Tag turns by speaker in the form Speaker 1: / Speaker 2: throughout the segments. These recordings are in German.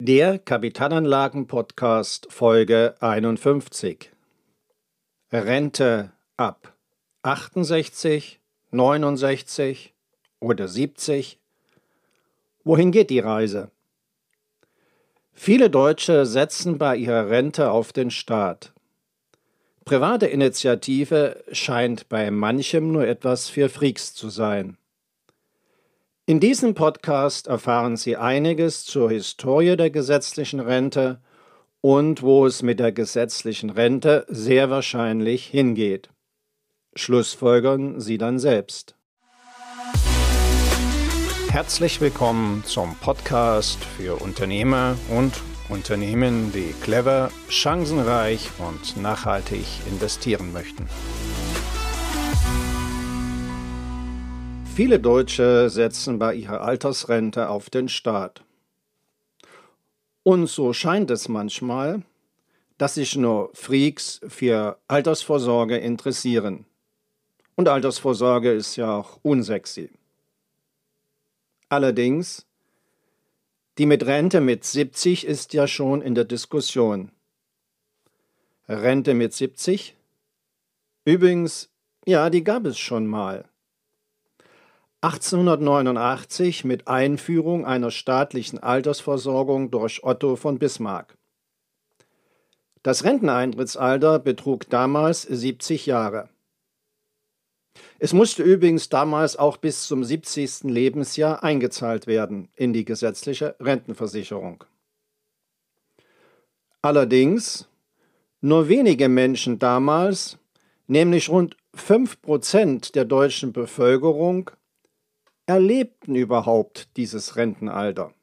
Speaker 1: Der Kapitalanlagen-Podcast Folge 51. Rente ab 68, 69 oder 70? Wohin geht die Reise? Viele Deutsche setzen bei ihrer Rente auf den Staat. Private Initiative scheint bei manchem nur etwas für Freaks zu sein. In diesem Podcast erfahren Sie einiges zur Historie der gesetzlichen Rente und wo es mit der gesetzlichen Rente sehr wahrscheinlich hingeht. Schlussfolgern Sie dann selbst. Herzlich willkommen zum Podcast für Unternehmer und Unternehmen, die clever, chancenreich und nachhaltig investieren möchten. Viele Deutsche setzen bei ihrer Altersrente auf den Staat. Und so scheint es manchmal, dass sich nur Freaks für Altersvorsorge interessieren. Und Altersvorsorge ist ja auch unsexy. Allerdings, die mit Rente mit 70 ist ja schon in der Diskussion. Rente mit 70? Übrigens, ja, die gab es schon mal. 1889 mit Einführung einer staatlichen Altersversorgung durch Otto von Bismarck. Das Renteneintrittsalter betrug damals 70 Jahre. Es musste übrigens damals auch bis zum 70. Lebensjahr eingezahlt werden in die gesetzliche Rentenversicherung. Allerdings, nur wenige Menschen damals, nämlich rund 5% der deutschen Bevölkerung, erlebten überhaupt dieses Rentenalter.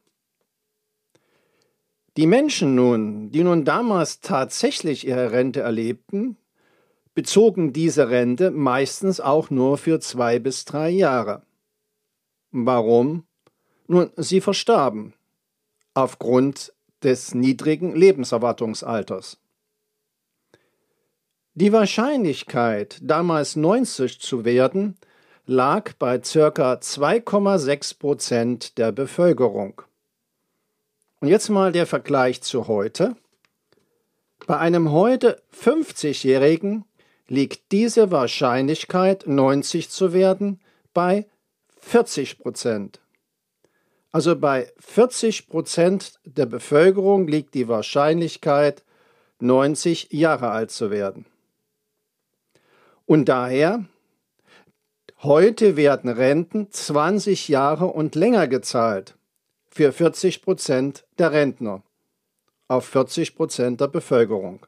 Speaker 1: Die Menschen nun, die nun damals tatsächlich ihre Rente erlebten, bezogen diese Rente meistens auch nur für 2 bis 3 Jahre. Warum? Nun, sie verstarben aufgrund des niedrigen Lebenserwartungsalters. Die Wahrscheinlichkeit, damals 90 zu werden, lag bei ca. 2,6% der Bevölkerung. Und jetzt mal der Vergleich zu heute. Bei einem heute 50-Jährigen liegt diese Wahrscheinlichkeit, 90 zu werden, bei 40%. Also bei 40% der Bevölkerung liegt die Wahrscheinlichkeit, 90 Jahre alt zu werden. Und daher heute werden Renten 20 Jahre und länger gezahlt für 40% der Rentner auf 40% der Bevölkerung.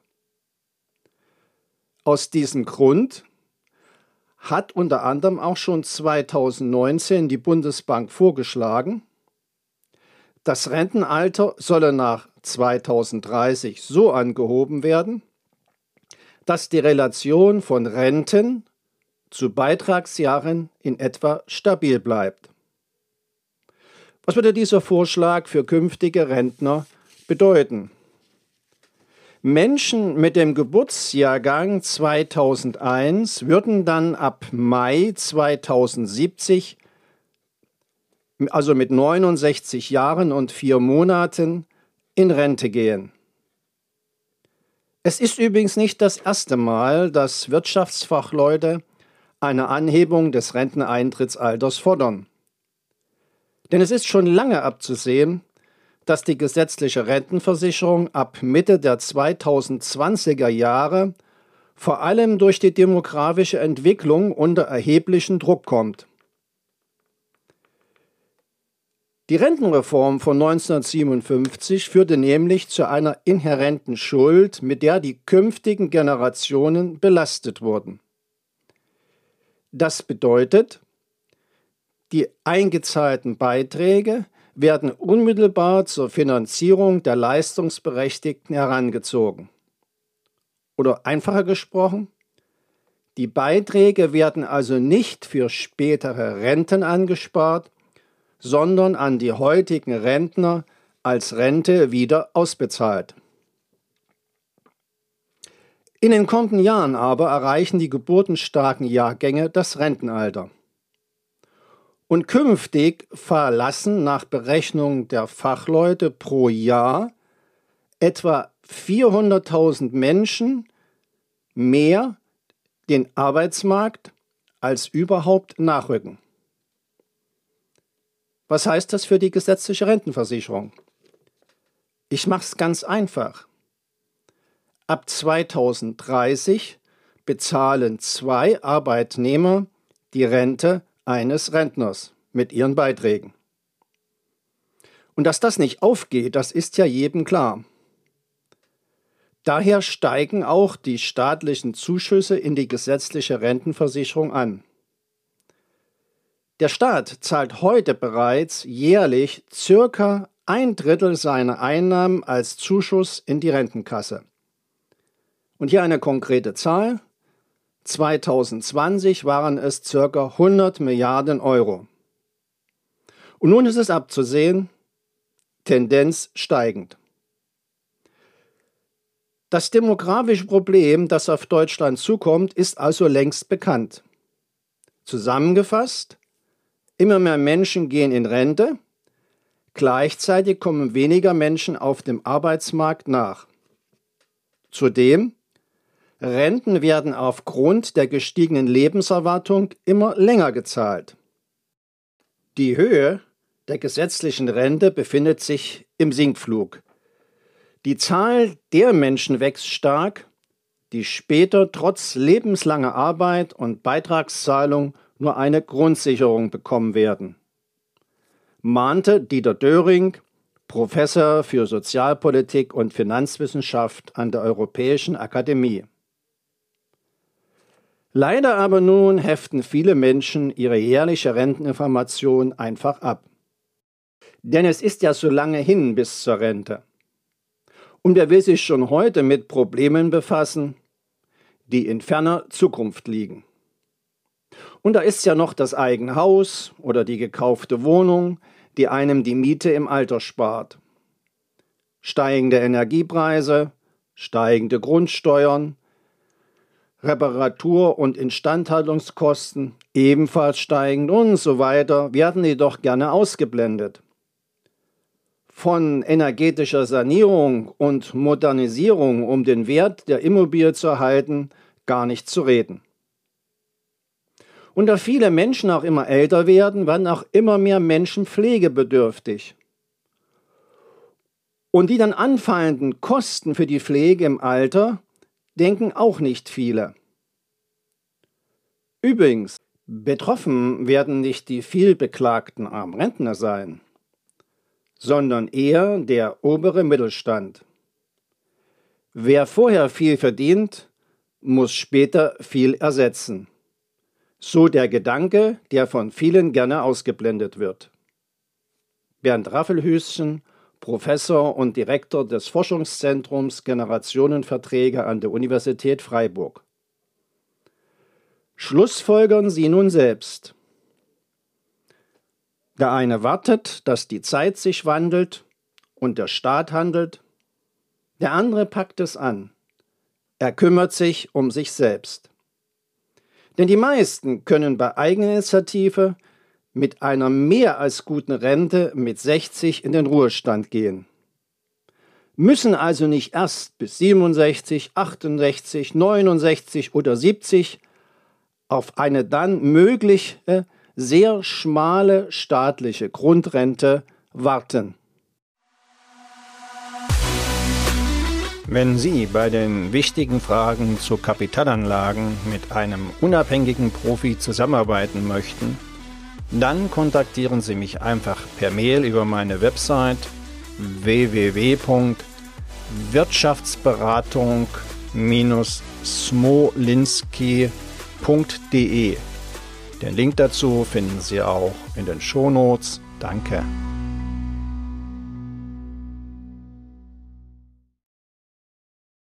Speaker 1: Aus diesem Grund hat unter anderem auch schon 2019 die Bundesbank vorgeschlagen, das Rentenalter solle nach 2030 so angehoben werden, dass die Relation von Renten zu Beitragsjahren in etwa stabil bleibt. Was würde dieser Vorschlag für künftige Rentner bedeuten? Menschen mit dem Geburtsjahrgang 2001 würden dann ab Mai 2070, also mit 69 Jahren und 4 Monaten, in Rente gehen. Es ist übrigens nicht das erste Mal, dass Wirtschaftsfachleute eine Anhebung des Renteneintrittsalters fordern. Denn es ist schon lange abzusehen, dass die gesetzliche Rentenversicherung ab Mitte der 2020er Jahre vor allem durch die demografische Entwicklung unter erheblichen Druck kommt. Die Rentenreform von 1957 führte nämlich zu einer inhärenten Schuld, mit der die künftigen Generationen belastet wurden. Das bedeutet, die eingezahlten Beiträge werden unmittelbar zur Finanzierung der Leistungsberechtigten herangezogen. Oder einfacher gesprochen, die Beiträge werden also nicht für spätere Renten angespart, sondern an die heutigen Rentner als Rente wieder ausbezahlt. In den kommenden Jahren aber erreichen die geburtenstarken Jahrgänge das Rentenalter. Und künftig verlassen nach Berechnung der Fachleute pro Jahr etwa 400.000 Menschen mehr den Arbeitsmarkt, als überhaupt nachrücken. Was heißt das für die gesetzliche Rentenversicherung? Ich mache es ganz einfach. Ab 2030 bezahlen 2 Arbeitnehmer die Rente eines Rentners mit ihren Beiträgen. Und dass das nicht aufgeht, das ist ja jedem klar. Daher steigen auch die staatlichen Zuschüsse in die gesetzliche Rentenversicherung an. Der Staat zahlt heute bereits jährlich ca. 1/3 seiner Einnahmen als Zuschuss in die Rentenkasse. Und hier eine konkrete Zahl. 2020 waren es ca. 100 Milliarden Euro. Und nun ist es abzusehen, Tendenz steigend. Das demografische Problem, das auf Deutschland zukommt, ist also längst bekannt. Zusammengefasst, immer mehr Menschen gehen in Rente, gleichzeitig kommen weniger Menschen auf dem Arbeitsmarkt nach. Zudem, Renten werden aufgrund der gestiegenen Lebenserwartung immer länger gezahlt. Die Höhe der gesetzlichen Rente befindet sich im Sinkflug. Die Zahl der Menschen wächst stark, die später trotz lebenslanger Arbeit und Beitragszahlung nur eine Grundsicherung bekommen werden, mahnte Dieter Döring, Professor für Sozialpolitik und Finanzwissenschaft an der Europäischen Akademie. Leider aber nun heften viele Menschen ihre jährliche Renteninformation einfach ab. Denn es ist ja so lange hin bis zur Rente. Und wer will sich schon heute mit Problemen befassen, die in ferner Zukunft liegen? Und da ist ja noch das eigene Haus oder die gekaufte Wohnung, die einem die Miete im Alter spart. Steigende Energiepreise, steigende Grundsteuern, Reparatur- und Instandhaltungskosten, ebenfalls steigend und so weiter, werden jedoch gerne ausgeblendet. Von energetischer Sanierung und Modernisierung, um den Wert der Immobilie zu erhalten, gar nicht zu reden. Und da viele Menschen auch immer älter werden auch immer mehr Menschen pflegebedürftig. Und die dann anfallenden Kosten für die Pflege im Alter denken auch nicht viele. Übrigens, betroffen werden nicht die vielbeklagten armen Rentner sein, sondern eher der obere Mittelstand. Wer vorher viel verdient, muss später viel ersetzen. So der Gedanke, der von vielen gerne ausgeblendet wird. Bernd Raffelhüschen, Professor und Direktor des Forschungszentrums Generationenverträge an der Universität Freiburg. Schlussfolgern Sie nun selbst. Der eine wartet, dass die Zeit sich wandelt und der Staat handelt. Der andere packt es an. Er kümmert sich um sich selbst. Denn die meisten können bei Eigeninitiative mit einer mehr als guten Rente mit 60 in den Ruhestand gehen. Müssen also nicht erst bis 67, 68, 69 oder 70 auf eine dann mögliche sehr schmale staatliche Grundrente warten.
Speaker 2: Wenn Sie bei den wichtigen Fragen zu Kapitalanlagen mit einem unabhängigen Profi zusammenarbeiten möchten, dann kontaktieren Sie mich einfach per Mail über meine Website www.wirtschaftsberatung-smolinski.de. Den Link dazu finden Sie auch in den Shownotes. Danke.